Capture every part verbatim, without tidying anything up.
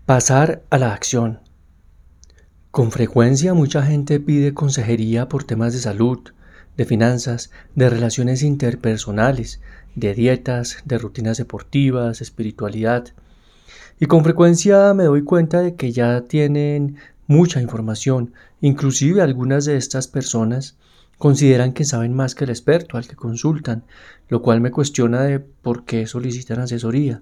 Pasar a la acción. Con frecuencia mucha gente pide consejería por temas de salud, de finanzas, de relaciones interpersonales, de dietas, de rutinas deportivas, espiritualidad. Y con frecuencia me doy cuenta de que ya tienen mucha información. Inclusive algunas de estas personas consideran que saben más que el experto al que consultan, lo cual me cuestiona de por qué solicitan asesoría.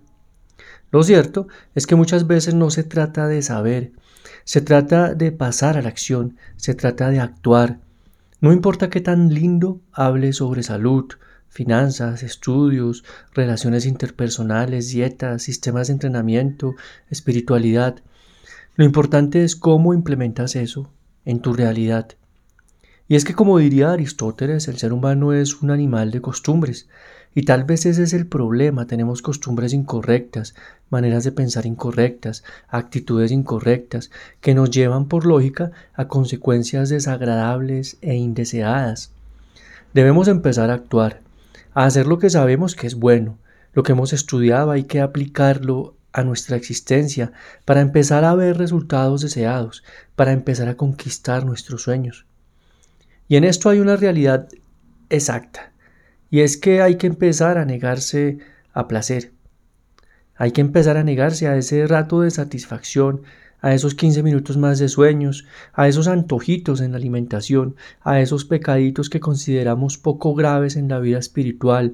Lo cierto es que muchas veces no se trata de saber, se trata de pasar a la acción, se trata de actuar. No importa qué tan lindo hable sobre salud, finanzas, estudios, relaciones interpersonales, dietas, sistemas de entrenamiento, espiritualidad. Lo importante es cómo implementas eso en tu realidad. Y es que, como diría Aristóteles, el ser humano es un animal de costumbres. Y tal vez ese es el problema. Tenemos costumbres incorrectas, maneras de pensar incorrectas, actitudes incorrectas, que nos llevan por lógica a consecuencias desagradables e indeseadas. Debemos empezar a actuar, a hacer lo que sabemos que es bueno, lo que hemos estudiado. Hay que aplicarlo a nuestra existencia para empezar a ver resultados deseados, para empezar a conquistar nuestros sueños. Y en esto hay una realidad exacta, y es que hay que empezar a negarse a placer. Hay que empezar a negarse a ese rato de satisfacción, a esos quince minutos más de sueños, a esos antojitos en la alimentación, a esos pecaditos que consideramos poco graves en la vida espiritual,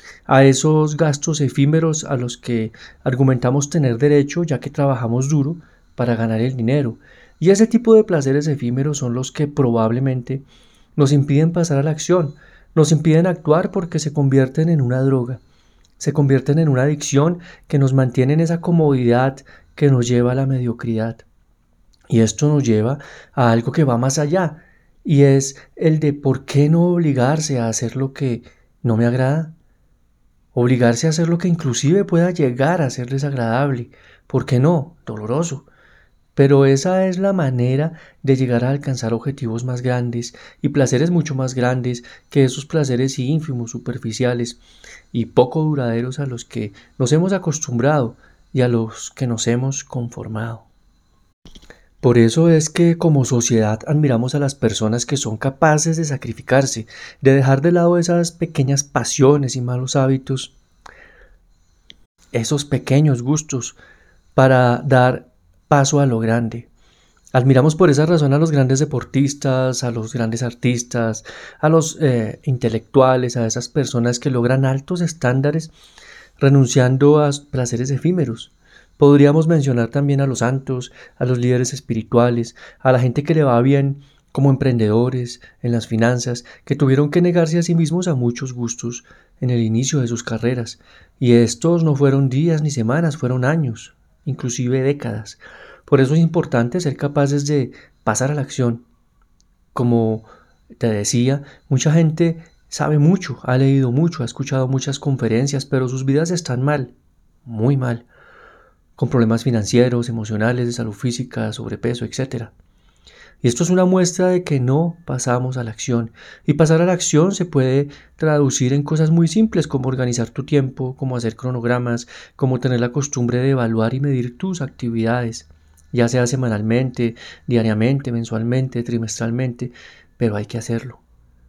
a esos gastos efímeros a los que argumentamos tener derecho ya que trabajamos duro para ganar el dinero. Y ese tipo de placeres efímeros son los que probablemente nos impiden pasar a la acción, nos impiden actuar porque se convierten en una droga, se convierten en una adicción que nos mantiene en esa comodidad que nos lleva a la mediocridad. Y esto nos lleva a algo que va más allá, y es el de por qué no obligarse a hacer lo que no me agrada, obligarse a hacer lo que inclusive pueda llegar a ser desagradable, ¿por qué no? Doloroso. Pero esa es la manera de llegar a alcanzar objetivos más grandes y placeres mucho más grandes que esos placeres ínfimos, superficiales y poco duraderos a los que nos hemos acostumbrado y a los que nos hemos conformado. Por eso es que como sociedad admiramos a las personas que son capaces de sacrificarse, de dejar de lado esas pequeñas pasiones y malos hábitos, esos pequeños gustos, para dar paso a lo grande. Admiramos por esa razón a los grandes deportistas, a los grandes artistas, a los eh, intelectuales, a esas personas que logran altos estándares renunciando a placeres efímeros. Podríamos mencionar también a los santos, a los líderes espirituales, a la gente que le va bien como emprendedores en las finanzas, que tuvieron que negarse a sí mismos a muchos gustos en el inicio de sus carreras. Y estos no fueron días ni semanas, fueron años, inclusive décadas. Por eso es importante ser capaces de pasar a la acción. Como te decía, mucha gente sabe mucho, ha leído mucho, ha escuchado muchas conferencias, pero sus vidas están mal, muy mal, con problemas financieros, emocionales, de salud física, sobrepeso, etcétera. Y esto es una muestra de que no pasamos a la acción. Y pasar a la acción se puede traducir en cosas muy simples como organizar tu tiempo, como hacer cronogramas, como tener la costumbre de evaluar y medir tus actividades, ya sea semanalmente, diariamente, mensualmente, trimestralmente, pero hay que hacerlo.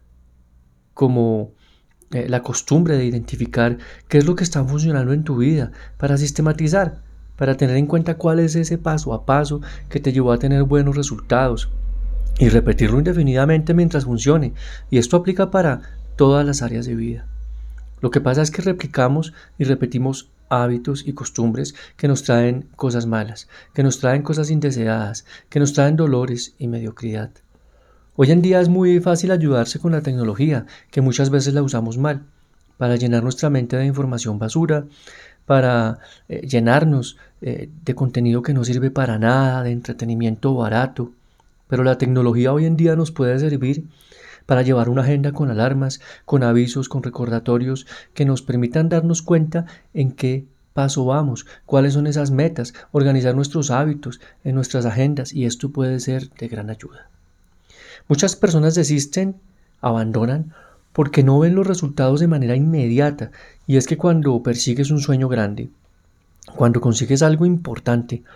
Como eh, la costumbre de identificar qué es lo que está funcionando en tu vida para sistematizar, para tener en cuenta cuál es ese paso a paso que te llevó a tener buenos resultados y repetirlo indefinidamente mientras funcione. Y esto aplica para todas las áreas de vida. Lo que pasa es que replicamos y repetimos hábitos y costumbres que nos traen cosas malas, que nos traen cosas indeseadas, que nos traen dolores y mediocridad. Hoy en día es muy fácil ayudarse con la tecnología, que muchas veces la usamos mal, para llenar nuestra mente de información basura, para eh, llenarnos eh, de contenido que no sirve para nada, de entretenimiento barato. Pero la tecnología hoy en día nos puede servir para llevar una agenda con alarmas, con avisos, con recordatorios que nos permitan darnos cuenta en qué paso vamos, cuáles son esas metas, organizar nuestros hábitos en nuestras agendas, y esto puede ser de gran ayuda. Muchas personas desisten, abandonan, porque no ven los resultados de manera inmediata, y es que cuando persigues un sueño grande, cuando consigues algo importante,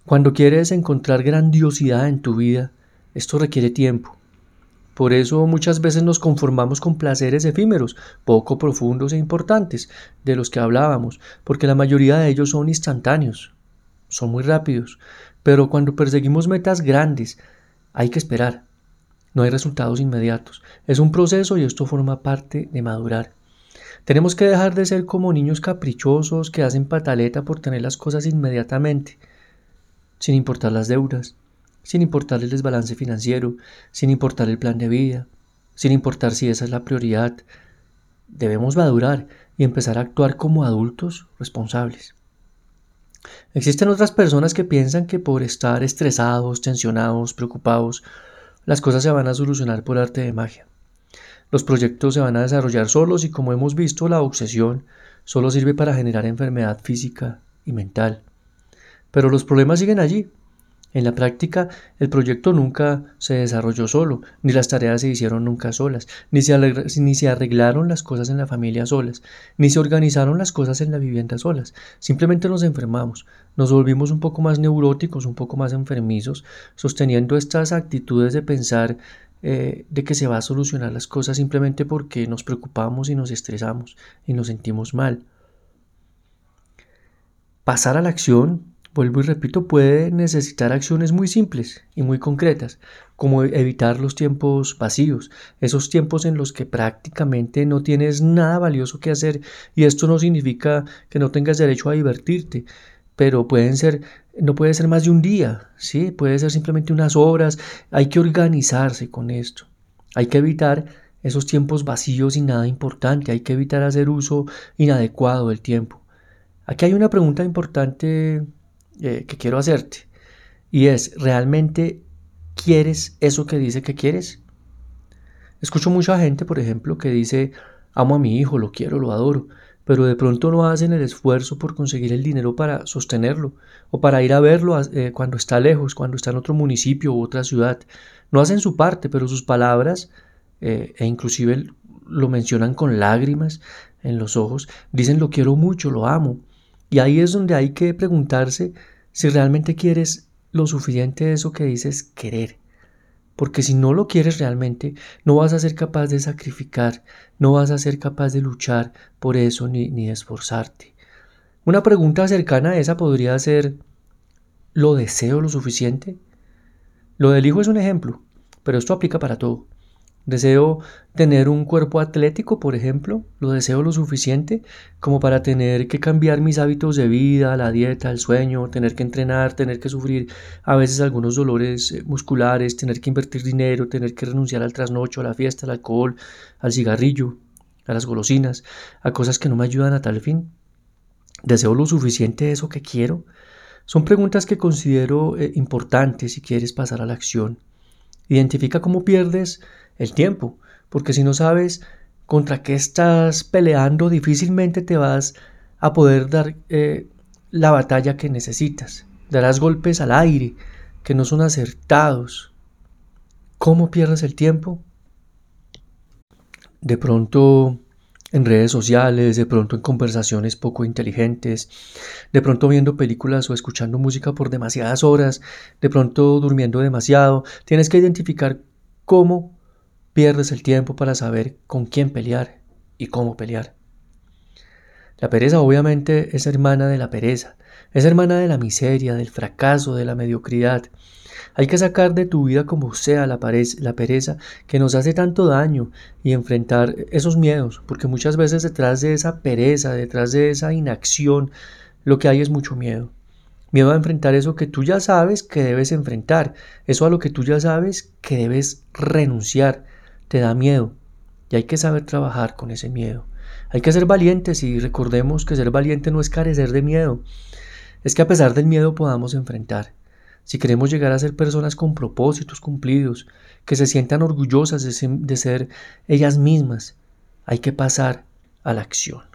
Cuando quieres encontrar grandiosidad en tu vida, esto requiere tiempo. Por eso muchas veces nos conformamos con placeres efímeros, poco profundos e importantes, de los que hablábamos, porque la mayoría de ellos son instantáneos, son muy rápidos. Pero cuando perseguimos metas grandes, hay que esperar. No hay resultados inmediatos. Es un proceso y esto forma parte de madurar. Tenemos que dejar de ser como niños caprichosos que hacen pataleta por tener las cosas inmediatamente, sin importar las deudas, sin importar el desbalance financiero, sin importar el plan de vida, sin importar si esa es la prioridad. Debemos madurar y empezar a actuar como adultos responsables. Existen otras personas que piensan que por estar estresados, tensionados, preocupados, las cosas se van a solucionar por arte de magia. Los proyectos se van a desarrollar solos y, como hemos visto, la obsesión solo sirve para generar enfermedad física y mental. Pero los problemas siguen allí. En la práctica, el proyecto nunca se desarrolló solo, ni las tareas se hicieron nunca solas, ni se, alegra, ni se arreglaron las cosas en la familia solas, ni se organizaron las cosas en la vivienda solas. Simplemente nos enfermamos, nos volvimos un poco más neuróticos, un poco más enfermizos, sosteniendo estas actitudes de pensar eh, de que se va a solucionar las cosas simplemente porque nos preocupamos y nos estresamos y nos sentimos mal. Pasar a la acción, vuelvo y repito, puede necesitar acciones muy simples y muy concretas, como evitar los tiempos vacíos, esos tiempos en los que prácticamente no tienes nada valioso que hacer, y esto no significa que no tengas derecho a divertirte, pero pueden ser, no puede ser más de un día, ¿sí? Puede ser simplemente unas horas. Hay que organizarse con esto. Hay que evitar esos tiempos vacíos y nada importante, hay que evitar hacer uso inadecuado del tiempo. Aquí hay una pregunta importante eh, que quiero hacerte, y es, ¿realmente quieres eso que dice que quieres? Escucho mucha gente, por ejemplo, que dice, amo a mi hijo, lo quiero, lo adoro, pero de pronto no hacen el esfuerzo por conseguir el dinero para sostenerlo, o para ir a verlo eh, cuando está lejos, cuando está en otro municipio u otra ciudad. No hacen su parte, pero sus palabras, eh, e inclusive lo mencionan con lágrimas en los ojos, dicen lo quiero mucho, lo amo. Y ahí es donde hay que preguntarse si realmente quieres lo suficiente de eso que dices querer. Porque si no lo quieres realmente, no vas a ser capaz de sacrificar, no vas a ser capaz de luchar por eso ni, ni de esforzarte. Una pregunta cercana a esa podría ser, ¿lo deseo lo suficiente? Lo del hijo es un ejemplo, pero esto aplica para todo. Deseo tener un cuerpo atlético, por ejemplo, lo deseo lo suficiente como para tener que cambiar mis hábitos de vida, la dieta, el sueño, tener que entrenar, tener que sufrir a veces algunos dolores musculares, tener que invertir dinero, tener que renunciar al trasnocho, a la fiesta, al alcohol, al cigarrillo, a las golosinas, a cosas que no me ayudan a tal fin. ¿Deseo lo suficiente de eso que quiero? Son preguntas que considero eh, importantes si quieres pasar a la acción. Identifica cómo pierdes el tiempo, porque si no sabes contra qué estás peleando, difícilmente te vas a poder dar eh, la batalla que necesitas. Darás golpes al aire que no son acertados. ¿Cómo pierdes el tiempo? De pronto en redes sociales, de pronto en conversaciones poco inteligentes, de pronto viendo películas o escuchando música por demasiadas horas, de pronto durmiendo demasiado. Tienes que identificar cómo pierdes el tiempo para saber con quién pelear y cómo pelear. La pereza obviamente es hermana de la pereza, es hermana de la miseria, del fracaso, de la mediocridad. Hay que sacar de tu vida como sea la, pereza, la pereza que nos hace tanto daño y enfrentar esos miedos, porque muchas veces detrás de esa pereza, detrás de esa inacción, lo que hay es mucho miedo. Miedo a enfrentar eso que tú ya sabes que debes enfrentar, eso a lo que tú ya sabes que debes renunciar, te da miedo y hay que saber trabajar con ese miedo. Hay que ser valientes y recordemos que ser valiente no es carecer de miedo, es que a pesar del miedo podamos enfrentar. Si queremos llegar a ser personas con propósitos cumplidos, que se sientan orgullosas de ser, de ser ellas mismas, hay que pasar a la acción.